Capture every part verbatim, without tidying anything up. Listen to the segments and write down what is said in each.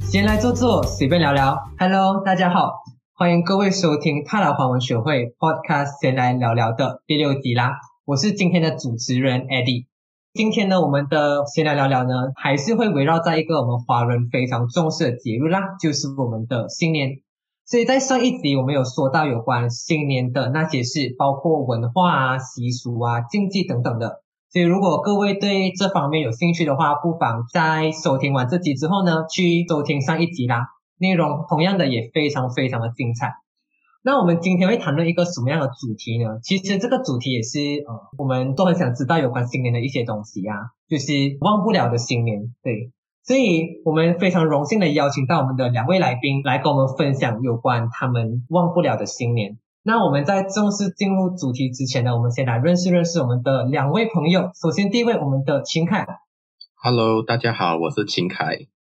闲来坐坐，随便聊聊。Hello， 大家好，欢迎各位收听泰来华文学会 Podcast 闲来聊聊的第六集啦。我是今天的主持人 Eddie。今天呢，我们的闲来聊聊呢，还是会围绕在一个我们华人非常重视的节日啦，就是我们的新年。所以在上一集我们有说到有关新年的那些事，包括文化啊、习俗啊、禁忌等等的。所以如果各位对这方面有兴趣的话，不妨在收听完这集之后呢，去收听上一集啦，内容同样的也非常非常的精彩。那我们今天会谈论一个什么样的主题呢？其实这个主题也是呃，我们都很想知道有关新年的一些东西啊，就是忘不了的新年。对，所以我们非常荣幸的邀请到我们的两位来宾来跟我们分享有关他们忘不了的新年。那我们在正式进入主题之前呢，我们先来认识认识我们的两位朋友。首先第一位，我们的秦凯。 Hello， 大家好，我是秦凯。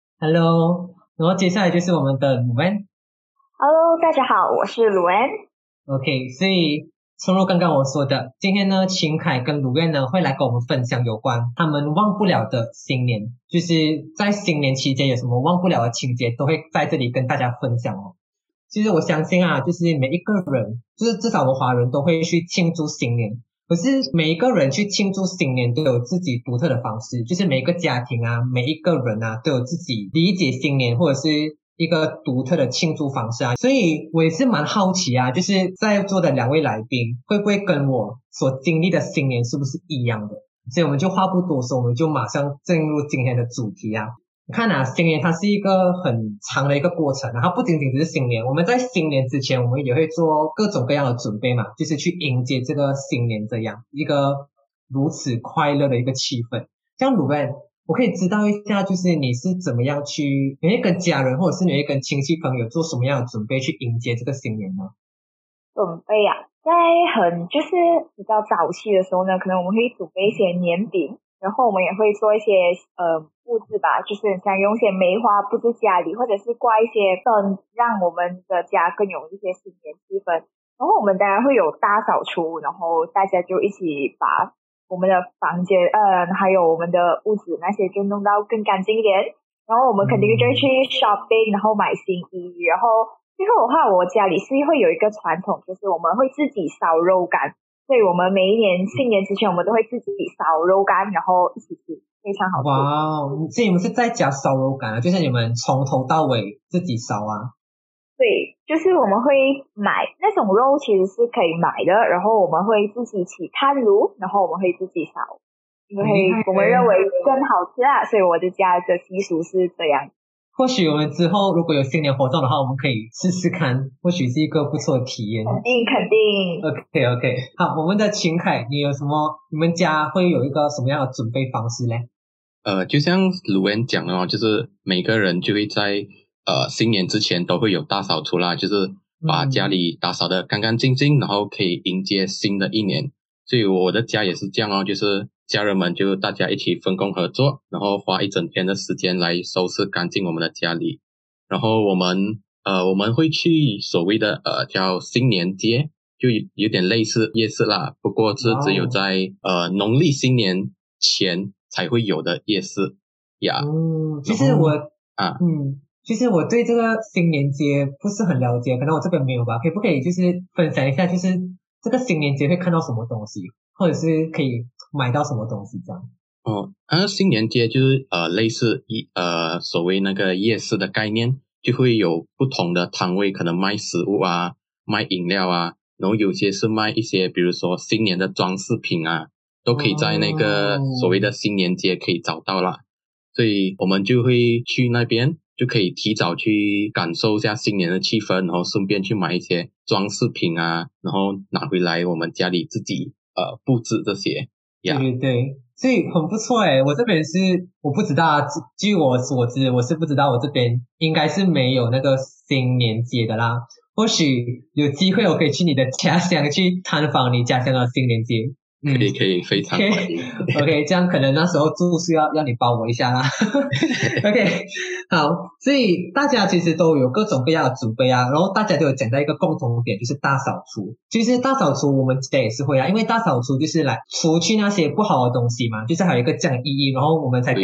Hello。 然后接下来就是我们的鲁恩。 Hello， 大家好，我是鲁恩。 OK， 所以正如刚刚我说的，今天呢，秦凯跟鲁恩呢会来跟我们分享有关他们忘不了的新年，就是在新年期间有什么忘不了的情节，都会在这里跟大家分享哦。其实我相信啊，就是每一个人，就是至少我们华人都会去庆祝新年，可是每一个人去庆祝新年都有自己独特的方式，就是每一个家庭啊，每一个人啊都有自己理解新年或者是一个独特的庆祝方式啊。所以我也是蛮好奇啊，就是在座的两位来宾会不会跟我所经历的新年是不是一样的。所以我们就话不多说，我们就马上进入今天的主题啊。看啊，新年它是一个很长的一个过程，然后不仅仅只是新年，我们在新年之前我们也会做各种各样的准备嘛，就是去迎接这个新年，这样一个如此快乐的一个气氛。像鲁恩，我可以知道一下，就是你是怎么样去，你会跟家人或者是你会跟亲戚朋友做什么样的准备去迎接这个新年呢？ 准备啊，在很就是比较早期的时候呢，可能我们会准备一些年饼，然后我们也会做一些呃布置吧，就是像用一些梅花布置家里，或者是挂一些灯，让我们的家更有一些新年气氛。然后我们当然会有大扫除，然后大家就一起把我们的房间呃还有我们的屋子那些就弄到更干净一点。然后我们肯定就会去 shopping， 然后买新衣。然后最后的话，我家里是会有一个传统，就是我们会自己烧肉干。所以我们每一年新年之前，我们都会自己烧肉干，然后一起吃，非常好吃。 哇，所以你们是在家烧肉干啊？就是你们从头到尾自己烧啊？ 对，就是我们会买那种肉，其实是可以买的，然后我们会自己起炭炉，然后我们会自己烧，因为我们认为更好吃啊，所以我的家的习俗是这样。 或许我们之后如果有新年活动的话，我们可以试试看，或许是一个不错的体验。 肯定肯定。 OK OK， 好，我们的秦凯，你有什么，你们家会有一个什么样的准备方式呢？ 呃，就像鲁恩讲的哦，就是每个人就会在呃新年之前都会有大扫除啦，就是把家里打扫得干干净净，然后可以迎接新的一年。所以我的家也是这样哦，就是家人们就大家一起分工合作，然后花一整天的时间来收拾干净我们的家里。然后我们呃我们会去所谓的呃叫新年街，就有点类似夜市啦，不过是只有在、wow. 呃农历新年前才会有的夜市呀。 嗯，其实我啊嗯，其实我对这个新年节不是很了解，可能我这边没有吧，可以不可以就是分享一下，就是这个新年节会看到什么东西，或者是可以买到什么东西这样？ 哦，啊，新年节就是呃类似一呃所谓那个夜市的概念，就会有不同的摊位，可能卖食物啊，卖饮料啊，然后有些是卖一些比如说新年的装饰品啊，都可以在那个所谓的新年节可以找到啦。所以我们就会去那边，就可以提早去感受一下新年的气氛，然后顺便去买一些装饰品啊，然后拿回来我们家里自己呃布置这些。 对对对，所以很不错诶。我这边是我不知道啊，据我所知，我是不知道我这边应该是没有那个新年节的啦。或许有机会我可以去你的家乡去探访你家乡的新年节。 可以可以，非常欢迎。 OK， 这样可能那时候住宿要要你包我一下啦。OK， 好，所以大家其实都有各种各样的准备啊，然后大家都有讲到一个共同点，就是大扫除。其实大扫除我们家也是会啊，因为大扫除就是来除去那些不好的东西嘛，就是还有一个这样的意义，然后我们才可以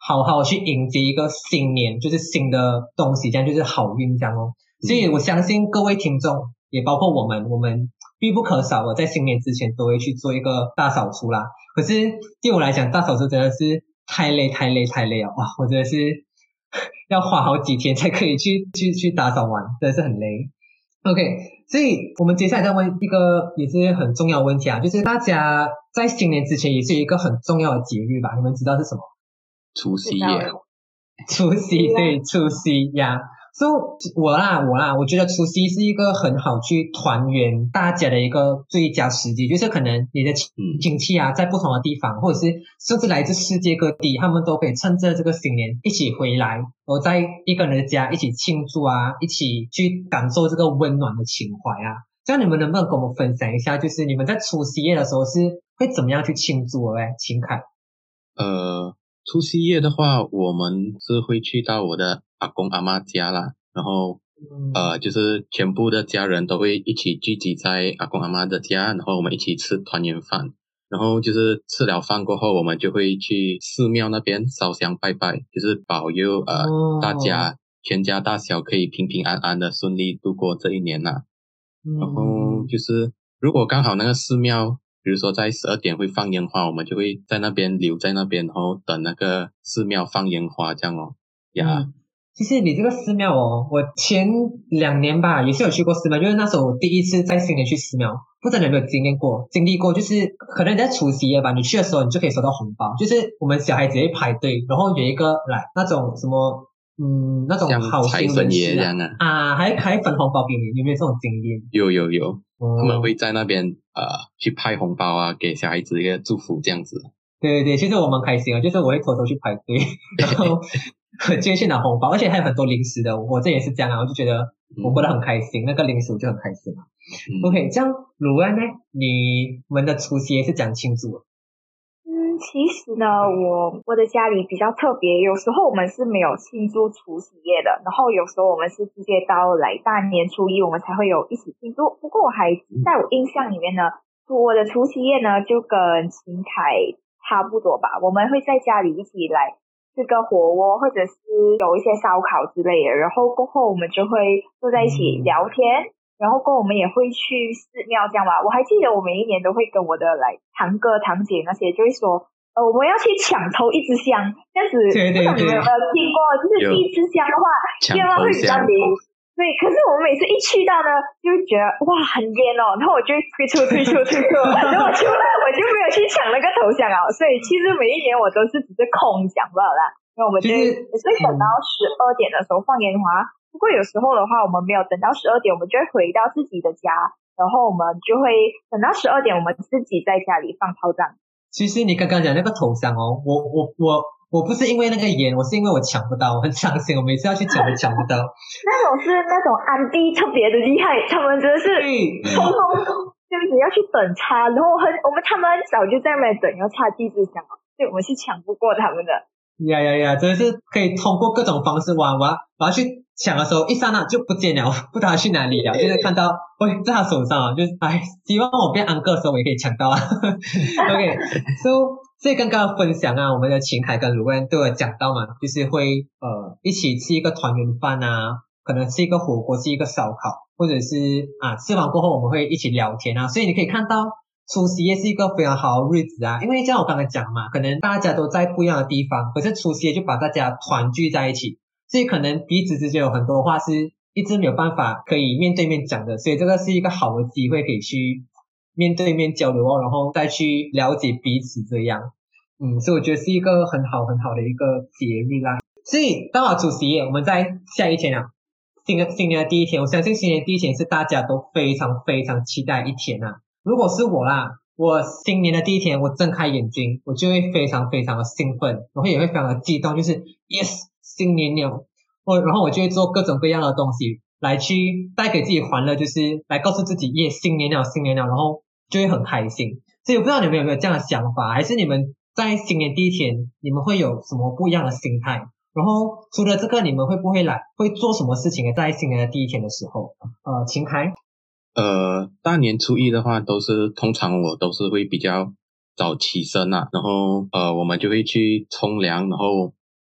好好去迎接一个新年，就是新的东西，这样就是好运这样哦。所以我相信各位听众，也包括我们，我们必不可少的在新年之前都会去做一个大扫除啦。可是对我来讲，大扫除真的是太累太累太累了哇！我真的是要花好几天才可以去去去打扫完，真的是很累。OK， 所以我们接下来再问一个也是很重要的问题啊，就是大家在新年之前也是有一个很重要的节日吧？你们知道是什么？ 除夕夜， 除夕对，除夕呀。所以我啦我啦，我觉得除夕是一个很好去团圆大家的一个最佳时机，就是可能你的亲戚啊，在不同的地方，或者是甚至来自世界各地，他们都可以趁着这个新年一起回来，然后在一个人的家一起庆祝啊，一起去感受这个温暖的情怀啊。这样你们能不能跟我们分享一下，就是你们在除夕夜的时候是会怎么样去庆祝的嘞？秦凯。 呃，除夕夜的话，我们是会去到我的阿公阿嬷家啦，然后、嗯、呃，就是全部的家人都会一起聚集在阿公阿嬷的家，然后我们一起吃团圆饭，然后就是吃了饭过后，我们就会去寺庙那边烧香拜拜，就是保佑呃、哦、大家全家大小可以平平安安的顺利度过这一年啦。嗯、然后就是如果刚好那个寺庙比如说在十二点会放烟花，我们就会在那边留在那边，然后等那个寺庙放烟花这样哦。呀、 嗯，其实你这个寺庙哦，我前两年吧也是有去过寺庙，就是那时候我第一次在新年去寺庙，不知道你有没有经历过？经历过就是可能你在除夕夜吧，你去的时候你就可以收到红包，就是我们小孩子会排队，然后有一个来那种什么嗯那种好心人士啊，啊还还分红包给你，有没有这种经验？ 有有有。哦、他们会在那边呃去派红包啊，给小孩子一个祝福这样子。 对对对，其实我蛮开心的，就是我会偷偷去排队，然后我就会去拿红包，而且还有很多零食的，我这也是这样啊，我就觉得我过得很开心，嗯、那个零食我就很开心啊。嗯、OK， 这样鲁安呢，你们的除夕夜是怎样庆祝的？ 嗯，其实呢，我我的家里比较特别，有时候我们是没有庆祝除夕夜的，然后有时候我们是直接到来大年初一，我们才会有一起庆祝。不过我还在我印象里面呢，我的除夕夜呢就跟秦凯差不多吧，我们会在家里一起来吃个火锅，或者是有一些烧烤之类的，然后过后我们就会坐在一起聊天。嗯然后跟我们也会去寺庙这样吧，我还记得我每一年都会跟我的来堂哥堂姐那些就会说，呃，我们要去抢头一支香，这样子。 对对对。 不知道你们有没有听过？就是第一支香的话，愿望会比较灵。对，可是我们每次一去到呢，就会觉得哇很烟哦，然后我就会退出退出退出，然后我就我就没有去抢那个头香啊。所以其实每一年我都是只是空讲罢了啦，因为我们就也是会等到十二点的时候放烟花。不过有时候的话，我们没有等到十二点，我们就会回到自己的家，然后我们就会等到十二点，我们自己在家里放炮仗。 其实你刚刚讲那个头香哦，我我我我不是因为那个烟，我是因为我抢不到，我很伤心，我每次要去抢都抢不到。 那种是那种安迪特别的厉害，他们真的是通通就是要去等插，然后很我们他们很早就在那边等要插第一支香，所以我们是抢不过他们的。 呀呀呀！真的是可以通过各种方式玩玩，我要去抢的时候，一刹那就不见了，不知道他去哪里了。就是看到，喂，在他手上啊，就是哎，希望我变安哥的时候我也可以抢到啊。OK，so 所以刚刚分享啊，我们的秦凯跟卢恩都有讲到嘛，就是会呃一起吃一个团圆饭啊，可能是一个火锅，是一个烧烤，或者是啊吃完过后我们会一起聊天啊，所以你可以看到。除夕夜是一个非常好的日子啊，因为像我刚才讲嘛，可能大家都在不一样的地方，可是除夕夜就把大家团聚在一起，所以可能彼此之间有很多话是一直没有办法可以面对面讲的，所以这个是一个好的机会可以去面对面交流哦，然后再去了解彼此这样，嗯，所以我觉得是一个很好很好的一个节日啦。所以到了除夕夜，我们在下一天啊，新的新年的第一天，我相信新年第一天是大家都非常非常期待一天啊。如果是我啦，我新年的第一天，我睁开眼睛，我就会非常非常的兴奋，然后也会非常的激动，就是 yes 新年了，我然后我就会做各种各样的东西来去带给自己欢乐，就是来告诉自己 yes 新年了新年了，然后就会很开心。所以我不知道你们有没有这样的想法，还是你们在新年第一天你们会有什么不一样的心态？然后除了这个，你们会不会来会做什么事情呢？在新年的第一天的时候，呃，秦凯。 呃，大年初一的话，都是通常我都是会比较早起身啊，然后呃，我们就会去冲凉，然后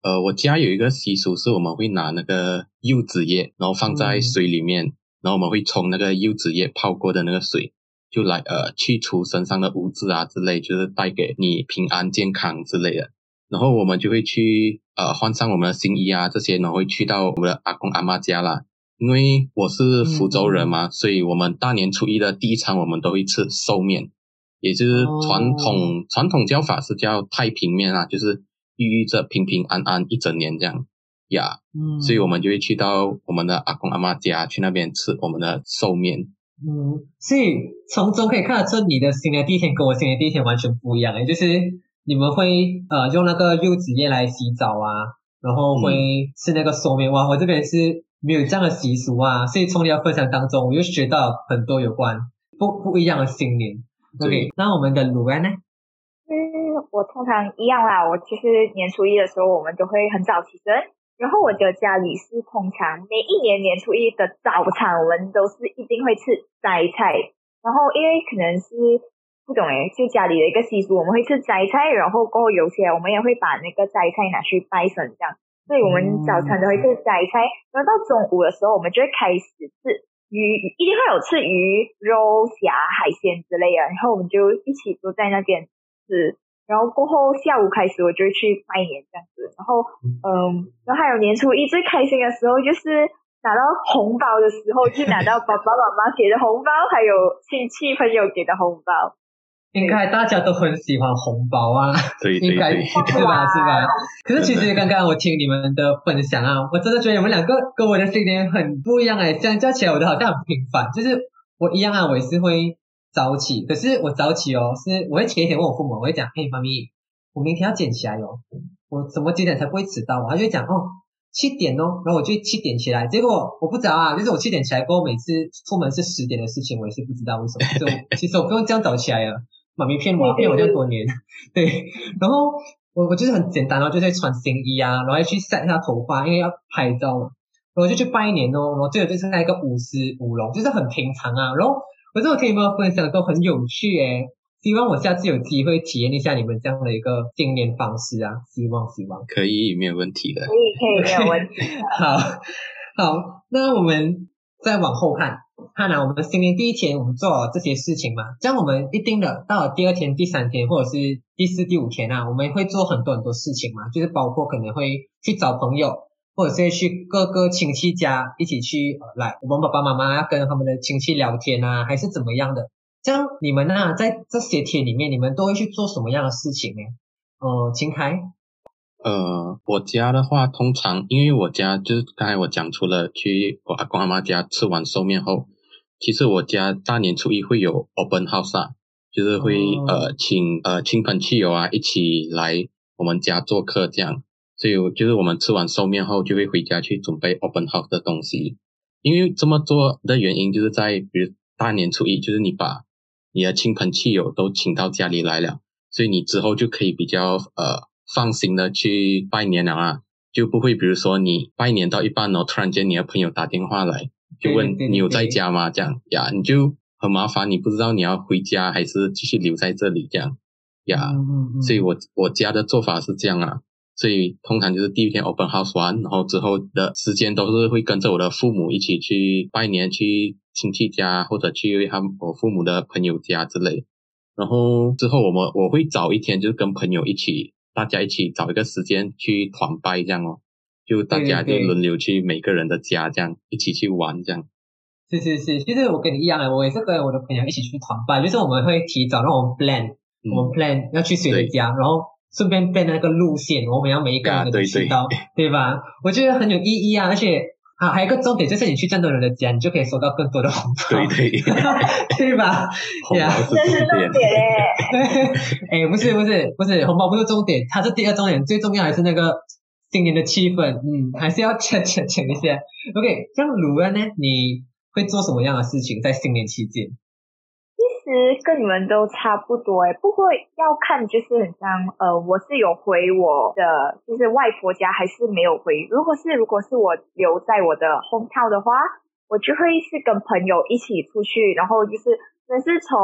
呃，我家有一个习俗是我们会拿那个柚子叶，然后放在水里面，嗯、然后我们会冲那个柚子叶泡过的那个水，就来呃去除身上的污渍啊之类，就是带给你平安健康之类的。然后我们就会去呃换上我们的新衣啊这些，然后会去到我们的阿公阿嬷家啦。因为我是福州人嘛，嗯、所以我们大年初一的第一餐我们都会吃寿面，也就是传统、哦、传统叫法是叫太平面啊，就是寓意着平平安安一整年这样呀。嗯，所以我们就会去到我们的阿公阿嬷家去那边吃我们的寿面。 嗯，所以从中可以看得出你的新年第一天跟我新年第一天完全不一样诶，就是你们会呃用那个柚子叶来洗澡啊，然后会吃那个寿面。哇，我这边是没有这样的习俗啊，所以从你的分享当中，我又学到很多有关不不一样的新年。OK， 那我们的鲁安呢？ 嗯，我通常一样啦，我就是年初一的时候，我们都会很早起身。然后我的家里是通常每一年年初一的早餐，我们都是一定会吃摘菜。然后因为可能是不懂诶，就家里的一个习俗，我们会吃摘菜，然后过后有些我们也会把那个摘菜拿去拜神这样。所以我们早餐都会吃摘菜，然后到中午的时候，我们就会开始吃鱼，一定会有吃鱼、肉、虾、海鲜之类的，然后我们就一起都在那边吃。然后过后下午开始我就会去拜年这样子，然后嗯，然后还有年初一最开心的时候就是拿到红包的时候，就拿到爸爸妈妈给的红包，还有亲戚朋友给的红包。 应该大家都很喜欢红包啊， 对对对， 应该是吧是吧？可是其实刚刚我听你们的分享啊，我真的觉得你们两个跟我的新年很不一样诶，相较起来我的好像很平凡，就是我一样啊，我也是会早起，可是我早起哦，是我会前一天问我父母，我会讲，嘿妈咪，我明天要捡起来哦，我什么几点才不会迟到？他就会讲哦，七点哦，然后我就七点起来，结果我不知道啊，就是我七点起来过后，每次出门是十点的事情，我也是不知道为什么，所以其实我不用这样早起来了，妈咪骗我，骗我这样多年，对，然后我我就是很简单哦，就是穿新衣啊，然后去晒一下头发，因为要拍照嘛，然后就去拜年哦，然后这个就是那一个舞狮舞龙，就是很平常啊，然后。可是我听你们分享都很有趣诶，希望我下次有机会体验一下你们这样的一个新年方式啊，希望希望可以，没有问题的， 可以可以没有问题的。 好，好，那我们再往后看，看来、啊、我们新年第一天我们做了这些事情嘛，这样我们一定的到了第二天、第三天或者是第四、第五天啊，我们会做很多很多事情嘛，就是包括可能会去找朋友。或者是去各个亲戚家一起去、呃、来，我们爸爸妈妈要跟他们的亲戚聊天啊，还是怎么样的？这样你们啊，在这些天里面，你们都会去做什么样的事情呢？呃，秦凯， 呃，我家的话，通常因为我家就是刚才我讲，除了去我阿公阿嬷家吃完寿面后，其实我家大年初一会有 open house 啊，就是会、哦、呃请呃亲朋戚友啊一起来我们家做客这样。所以就是我们吃完寿面后就会回家去准备 open house 的东西，因为这么做的原因就是在比如大年初一，就是你把你的亲朋戚友都请到家里来了，所以你之后就可以比较呃放心的去拜年了啊，就不会比如说你拜年到一半哦，突然间你的朋友打电话来就问你有在家吗？这样呀，你就很麻烦，你不知道你要回家还是继续留在这里这样呀，嗯嗯嗯，所以我我家的做法是这样啊。所以通常就是第一天 open house 完，然后之后的时间都是会跟着我的父母一起去拜年，去亲戚家或者去他们我父母的朋友家之类。然后之后我们我会找一天就是跟朋友一起，大家一起找一个时间去团拜这样哦，就大家就轮流去每个人的家这样一起去玩这样。 是是是，其实我跟你一样的，我也是跟我的朋友一起去团拜，就是我们会提早让我们 plan，、嗯、我们 plan 要去谁的家，然后顺便背那个路线，我们要每一个人都知道，啊、对, 对, 对吧？我觉得很有意义啊，而且啊，还有一个重点就是你去这么多人的家，你就可以收到更多的红包， 对对， 对吧？ 红包是重点耶！ 哎，不是不是不是，红包不是重点，它是第二重点，最重要还是那个新年的气氛，嗯，还是要讲讲讲一下。OK， 像鲁恩呢，你会做什么样的事情在新年期间？ 其实跟你们都差不多诶，不过要看就是很像呃，我是有回我的就是外婆家还是没有回。如果是如果是我留在我的 hometown 的话，我就会是跟朋友一起出去，然后就是可能是从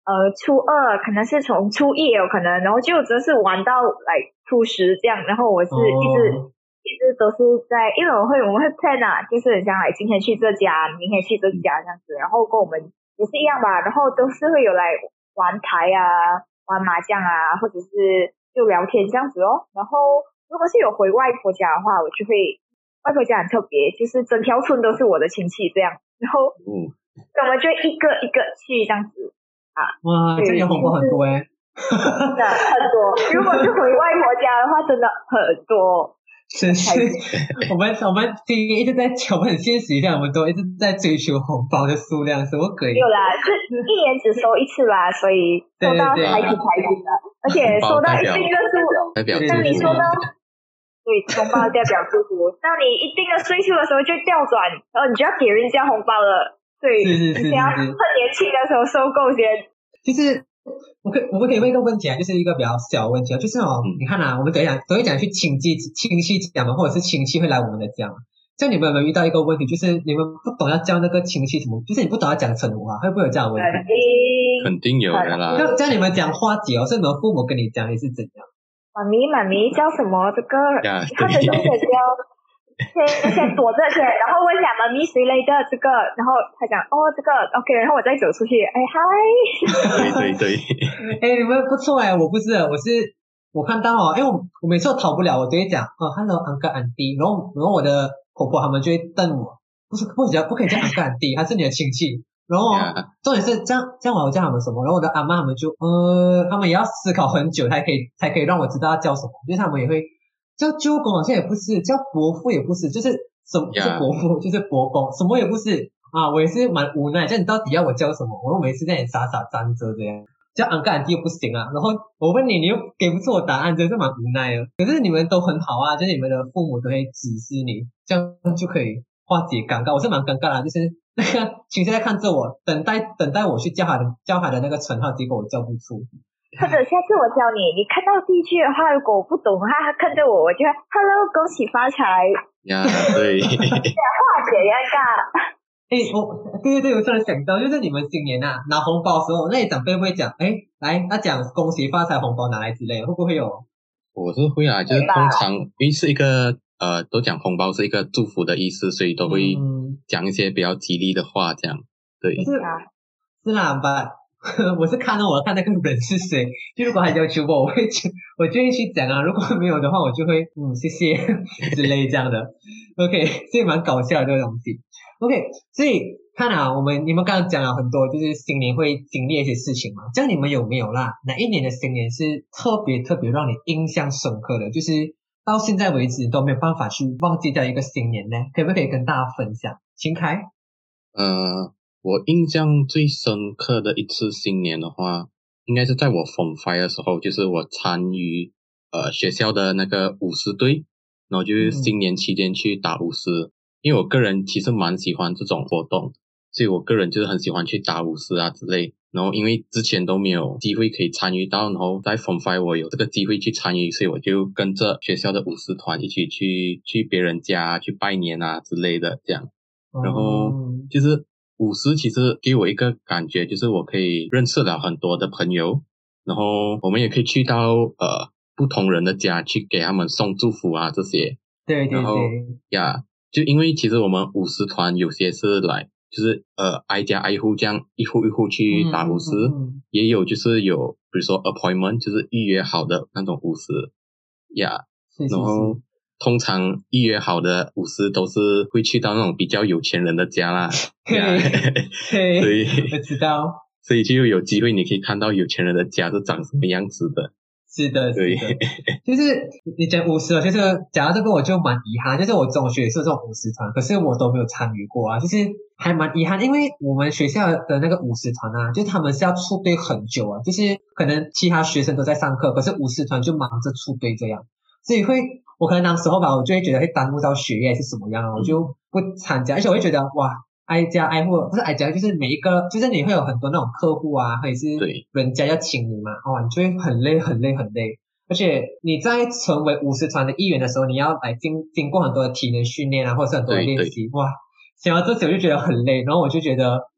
呃初二，可能是从初一也有可能，然后就只是玩到来初十这样，然后我是一直、 哦、 一直都是在，因为我会我们会 plan 啊，就是很像来今天去这家，明天去这家这样子，然后跟我们也是一样吧，然后都是会有来玩牌啊，玩麻将啊，或者是就聊天这样子哦。然后如果是有回外婆家的话，我就会外婆家很特别，就是整条村都是我的亲戚这样，然后嗯，我们就一个一个去这样子啊。 哇，这年红包很多哎、欸， 真的很多。如果是回外婆家的话，真的很多。 是是，我们我们今天一直在我们很现实一下，我们都一直在追求红包的数量，什么鬼？ 有啦，是一年只收一次吧，所以收到还挺开心的，而且收到一定的数， 代表那你说呢？对，红包代表祝福。到你一定的岁数的时候就调转，然后你就要给人家红包了。对， 是是是是是， 你要趁年轻的时候收够先。 就是我可我们可以问一个问题啊，就是一个比较小的问题啊，就是哦，嗯、你看啊，我们都会讲都会讲去亲戚亲戚家嘛，或者是亲戚会来我们的家嘛。像你们有没有遇到一个问题，就是你们不懂要叫那个亲戚什么，就是你不懂要讲成话，会不会有这样的问题？ 肯定有的啦。 就叫你们讲花姐哦，是你们父母跟你讲你是怎样？ 妈咪妈咪叫什么？这个或者是姐姐先先躲着先，然后问一下妈咪谁来的这个，然后他讲哦这个 OK， 然后我再走出去，哎嗨， 对对对， 哎你们不错哎，我不是，我是我看到哦，因为我我每次都逃不了，我都会讲哦 Hello Uncle Auntie， 然后然后我的婆婆他们就会瞪我，不是不可以不可以叫 Uncle Auntie， 他是你的亲戚。然后、yeah. 重点是这样，这样我要叫他们什么？然后我的阿嬷他们就呃，他们也要思考很久才可以才可以让我知道要叫什么，就是他们也会叫舅公好像也不是，叫伯父也不是，就是什么、yeah. 是伯父就是伯公，什么也不是啊！我也是蛮无奈，叫你到底要我叫什么？我每次在那里傻傻站着这样，叫安哥安弟又不行啊。然后我问你，你又给不出我答案，真是蛮无奈的。可是你们都很好啊，就是你们的父母都会指示你，这样就可以化解尴尬。我是蛮尴尬的，就是那个亲戚在看着我，等待等待我去叫他的叫他的那个称号，结果我叫不出。 或者下次我教你，你看到第一句的话，如果我不懂的话，他看着我，我就 Hello 恭喜发财呀，对， 化解尴尬。 哎、欸，我对对对，我突然想到，就是你们新年啊拿红包的时候，那些长辈会不会讲，哎、欸，来，他讲恭喜发财，红包拿来之类的，会不会有？ 我是会啊，就是通常因为是一个呃，都讲红包是一个祝福的意思，所以都会讲一些比较吉利的话，这样对。 是是啦吧。我是看到我看那个人是谁，就如果他要求我，我会我就会去讲啊。如果没有的话，我就会嗯谢谢之类这样的。OK， 所以蛮搞笑的这个东西。OK， 所以看啊，我们你们刚刚讲了很多，就是新年会经历一些事情嘛。这样你们有没有啦？哪一年的新年是特别特别让你印象深刻的？就是到现在为止都没有办法去忘记掉一个新年呢？可不可以跟大家分享？秦凯， 呃。我印象最深刻的一次新年的话，应该是在我 Form five 的时候，就是我参与呃学校的那个舞狮队，然后就是新年期间去打舞狮、嗯，因为我个人其实蛮喜欢这种活动，所以我个人就是很喜欢去打舞狮啊之类。然后因为之前都没有机会可以参与到，然后在 Form five 我有这个机会去参与，所以我就跟着学校的舞狮团一起去去别人家去拜年啊之类的这样，然后就是。舞狮其实给我一个感觉，就是我可以认识了很多的朋友，然后我们也可以去到呃不同人的家去给他们送祝福啊这些。 对对对。 然后呀，就因为其实我们舞狮团有些是来就是呃挨家挨户这样一户一户去打舞狮、嗯嗯嗯，也有就是有比如说 appointment 就是预约好的那种舞狮呀， 是是是， 然后。通常预约好的舞狮都是会去到那种比较有钱人的家啦， 嘿嘿所以我知道， 所以就有机会你可以看到有钱人的家是长什么样子的。 是的， 对， 是的就是你讲舞狮哦，就是讲到这个我就蛮遗憾，就是我中学也是这种舞狮团，可是我都没有参与过啊，就是还蛮遗憾，因为我们学校的那个舞狮团啊，就是他们是要出队很久啊，就是可能其他学生都在上课，可是舞狮团就忙着出队这样，所以会。我可能当时候吧，我就会觉得会耽误到学业是什么样啊，我就不参加，而且我会觉得哇，挨家挨户不是挨家，就是每一个，就是你会有很多那种客户啊，或者是人家要请你嘛，哦，你就会很累很累很累，而且你在成为舞狮团的一员的时候，你要来经经过很多的体能训练啊，或者是很多的练习，哇，想到这些我就觉得很累，然后我就觉得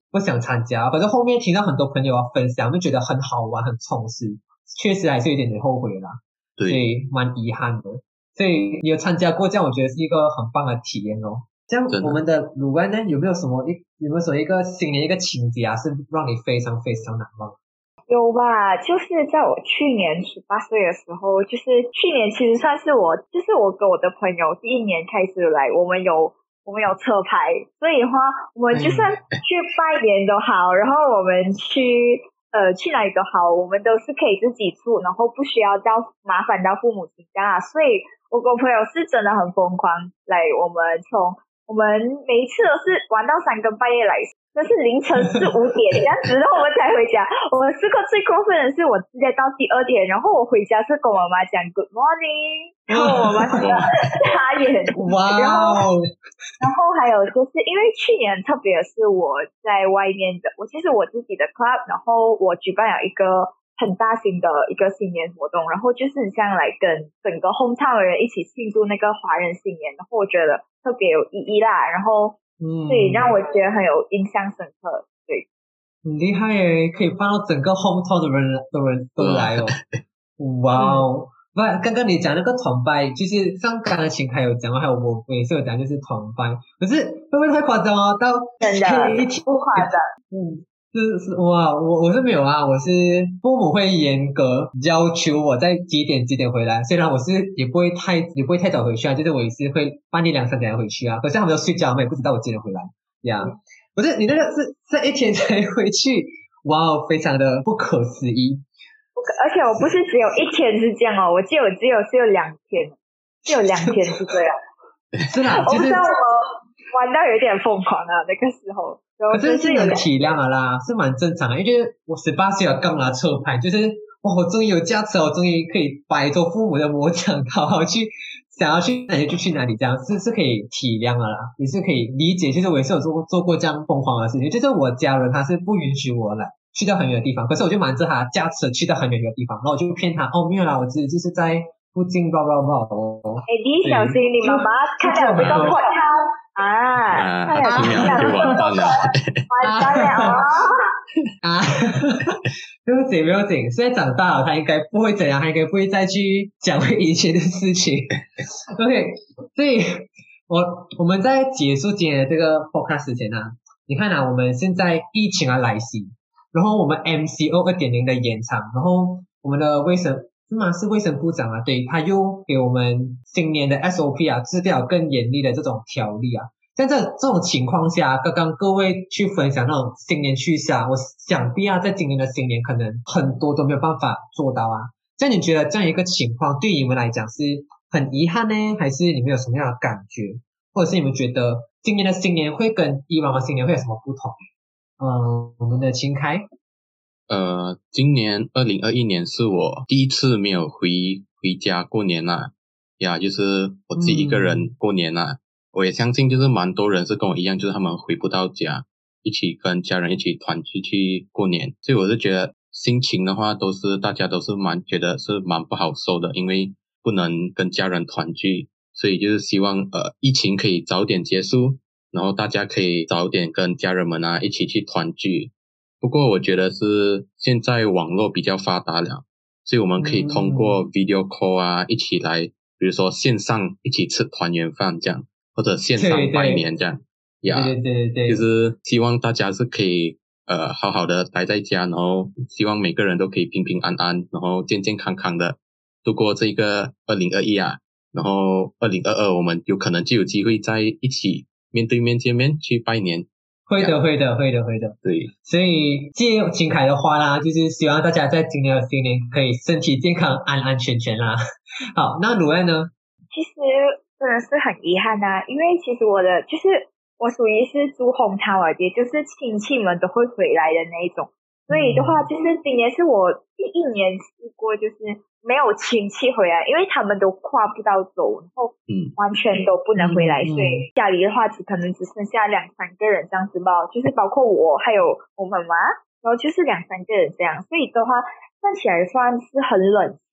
不想参加。可是后面听到很多朋友啊分享，就觉得很好玩，很充实，确实还是有点点后悔啦，所对， 以蛮遗憾的。所以你有参加过，这样我觉得是一个很棒的体验哦。这样真的我们的鲁班呢，有没有什么一有没有什么一个新年一个情节啊，是让你非常非常难忘？ 有吧，就是在我去年十八岁的时候，就是去年其实算是我，就是我跟我的朋友第一年开始来，我们有我们有车牌，所以的话，我们就算去拜年都好，然后我们去呃去哪里都好，我们都是可以自己住，然后不需要到麻烦到父母亲这样啊。所以我跟我朋友是真的很疯狂，来我们从我们每一次都是玩到三更半夜来。那是凌晨四五点这样子，然后我们才回家。我们试过最过分的是，我直接到第二天，然后我回家是跟我妈妈讲 Good morning， 然后我妈妈傻眼。 哇哦！ 然后还有就是因为去年特别是我在外面的，我其实我自己的 club， 然后我举办了一个很大型的一个新年活动，然后就是很像来跟整个 hometown 的人一起庆祝那个华人新年，然后我觉得特别有意义啦，然后。 嗯， 对，让我觉得很有印象深刻。对， 很厉害耶，可以放到整个 hometown 的人的人都来哦。哇哦！不，刚刚你讲那个团拜，就是像刚才秦凯有讲，还有我我也是有讲，就是团拜。可是会不会太夸张哦？到真的不夸张。 嗯，是是哇，我我是没有啊，我是父母会严格要求我在几点几点回来，虽然我是也不会太也不会太早回去啊，就是我也是会半夜两三点回去啊，可是他们都睡觉，他们也不知道我几点回来呀。Yeah. 不是你那个是这一天才回去，哇哦，非常的不可思议。 而且我不是只有一天是这样哦，我记得我只有是有两天，只有两天是这样。 是啦， 我不知道我玩到有点疯狂啊，那个时候。 可是是能体谅的啦，是蛮正常的，因为我十八岁了刚拿车牌，就是哇，我终于有驾车，我终于可以摆脱父母的魔掌，好好去想要去哪里就去哪里，这样是是可以体谅的啦，也是可以理解。其实我也是有做过做过这样疯狂的事情，就是我家人他是不允许我来去到很远的地方，可是我就瞒着他驾车去到很远的地方，然后我就骗他哦没有啦，我只就是在附近 blah blah blah 哦。 哎，你小心你妈妈看到这个 podcast。啊， 啊，几秒就完蛋了， 完蛋了啊！不用紧，不用紧，现在长大了，他应该不会怎样，他应该不会再去讲回以前的事情。OK， 所以我我们在结束今天的这个 podcast 之前啊，你看啊，我们现在疫情啊来袭，然后我们 M C O 二点零 的延长，然后我们的卫生。是吗？是卫生部长啊，对，他又给我们新年的 S O P 啊制定了更严厉的这种条例啊。在这这种情况下，刚刚各位去分享那种新年趣事啊，我想必啊，在今年的新年可能很多都没有办法做到啊。这样你觉得这样一个情况对你们来讲是很遗憾呢，还是你们有什么样的感觉，或者是你们觉得今年的新年会跟以往的新年会有什么不同？嗯，我们的秦开。 呃，今年二零二一年是我第一次没有回回家过年啦，呀，就是我自己一个人过年啦。嗯、我也相信，就是蛮多人是跟我一样，就是他们回不到家，一起跟家人一起团聚去过年。所以我是觉得心情的话，都是大家都是蛮觉得是蛮不好受的，因为不能跟家人团聚，所以就是希望呃疫情可以早点结束，然后大家可以早点跟家人们啊一起去团聚。不过我觉得是现在网络比较发达了，所以我们可以通过 video call 啊、嗯、一起来，比如说线上一起吃团圆饭这样，或者线上拜年这样。呀， 对对对对， 就是希望大家是可以呃好好的待在家，然后希望每个人都可以平平安安，然后健健康康的度过这个二零二一啊，然后二零二二我们有可能就有机会在一起面对面见面去拜年。 会的，会的，会的，会的。 对， 所以借秦凯的话啦，就是希望大家在今年的新年可以身体健康、安安全全啦。好，那鲁恩呢？ 其实真的是很遗憾啊，因为其实我的就是我属于是住红桃耳街，就是亲戚们都会回来的那一种。所以的话，就是今年是我第一年试过，就是没有亲戚回来，因为他们都跨不到走，然后完全都不能回来，嗯、所以家里的话只可能只剩下两三个人这样子吧，就是包括我还有我妈妈，然后就是两三个人这样，所以的话算起来算是很冷清吧。然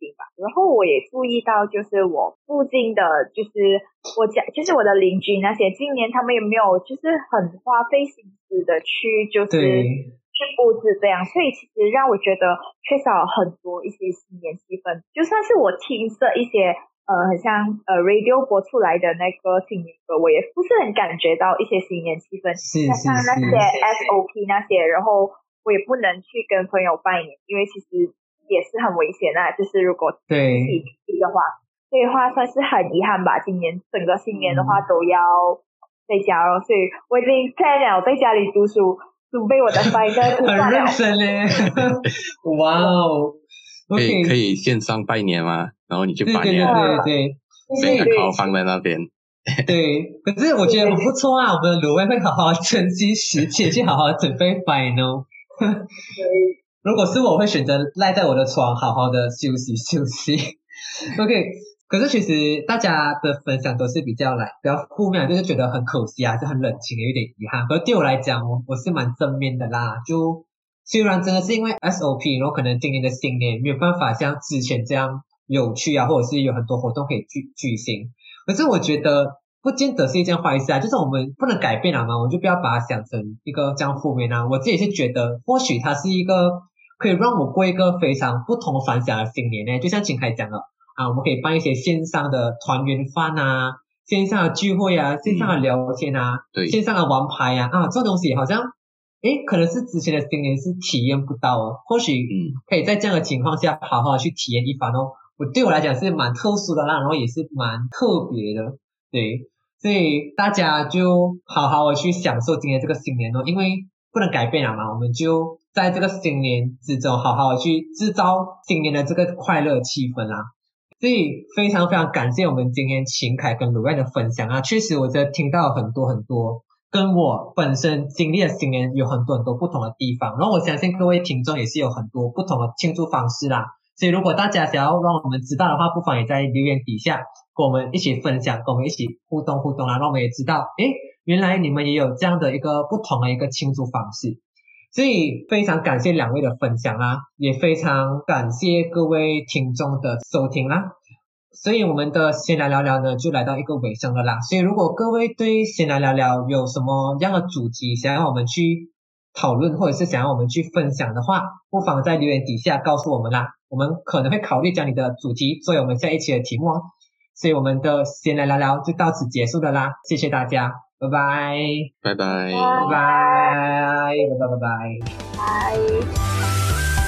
然后我也注意到，就是我附近的，就是我家，就是我的邻居那些，今年他们也没有就是很花费心思的去，就是去布置这样，所以其实让我觉得缺少很多一些新年气氛。就算是我听着一些呃，很像呃 radio 播出来的那个新年歌，我也不是很感觉到一些新年气氛，加上那些 S O P 那些，然后我也不能去跟朋友拜年，因为其实也是很危险啊，就是如果一起去的话，所以的话算是很遗憾吧。今年整个新年的话都要在家了，所以我已经 plan 了在家里读书，准备我的 final 很认真嘞，哇哦！ 可以可以线上拜年吗？然后你去拜年， 对对对对， 对，烤放在那边。 对，可是我觉得很不错啊，我们的卤味会好好珍惜时节，去好好准备 final。如果是我会选择赖在我的床，好好的休息休息。OK， 可是其实大家的分享都是比较来比较负面，就是觉得很可惜啊，是很冷清的，有点遗憾。可是对我来讲，我我是蛮正面的啦，就。虽然真的是因为 S O P， 然后可能今年的新年没有办法像之前这样有趣啊，或者是有很多活动可以举举行，可是我觉得不见得是一件坏事啊，就是我们不能改变了嘛，我就不要把它想成一个这样负面啊。我自己是觉得，或许它是一个可以让我过一个非常不同凡响的新年呢。就像秦凯讲的啊，我们可以办一些线上的团圆饭啊，线上的聚会啊，线上的聊天啊， 对， 线上的玩牌啊，啊，这种东西好像。诶，可能是之前的新年是体验不到哦，或许可以在这样的情况下好好去体验一番哦。我对我来讲是蛮特殊的啦，然后也是蛮特别的，对，所以大家就好好的去享受今年这个新年哦，因为不能改变了嘛，我们就在这个新年之中好好的去制造新年的这个快乐气氛啦。所以非常非常感谢我们今天秦凯跟鲁燕的分享啊，确实我觉得听到很多很多。跟我本身经历的新年有很多很多不同的地方，然后我相信各位听众也是有很多不同的庆祝方式啦，所以如果大家想要让我们知道的话，不妨也在留言底下跟我们一起分享，跟我们一起互动互动啦，让我们也知道，诶，原来你们也有这样的一个不同的一个庆祝方式。所以非常感谢两位的分享啦，也非常感谢各位听众的收听啦。所以我们的先来聊聊呢就来到一个尾声了啦，所以如果各位对先来聊聊有什么样的主题想要我们去讨论，或者是想要我们去分享的话，不妨在留言底下告诉我们啦，我们可能会考虑将你的主题作为我们下一期的题目哦。所以我们的先来聊聊就到此结束了啦，谢谢大家，拜拜， 拜拜， 拜拜，拜拜，拜拜， 拜。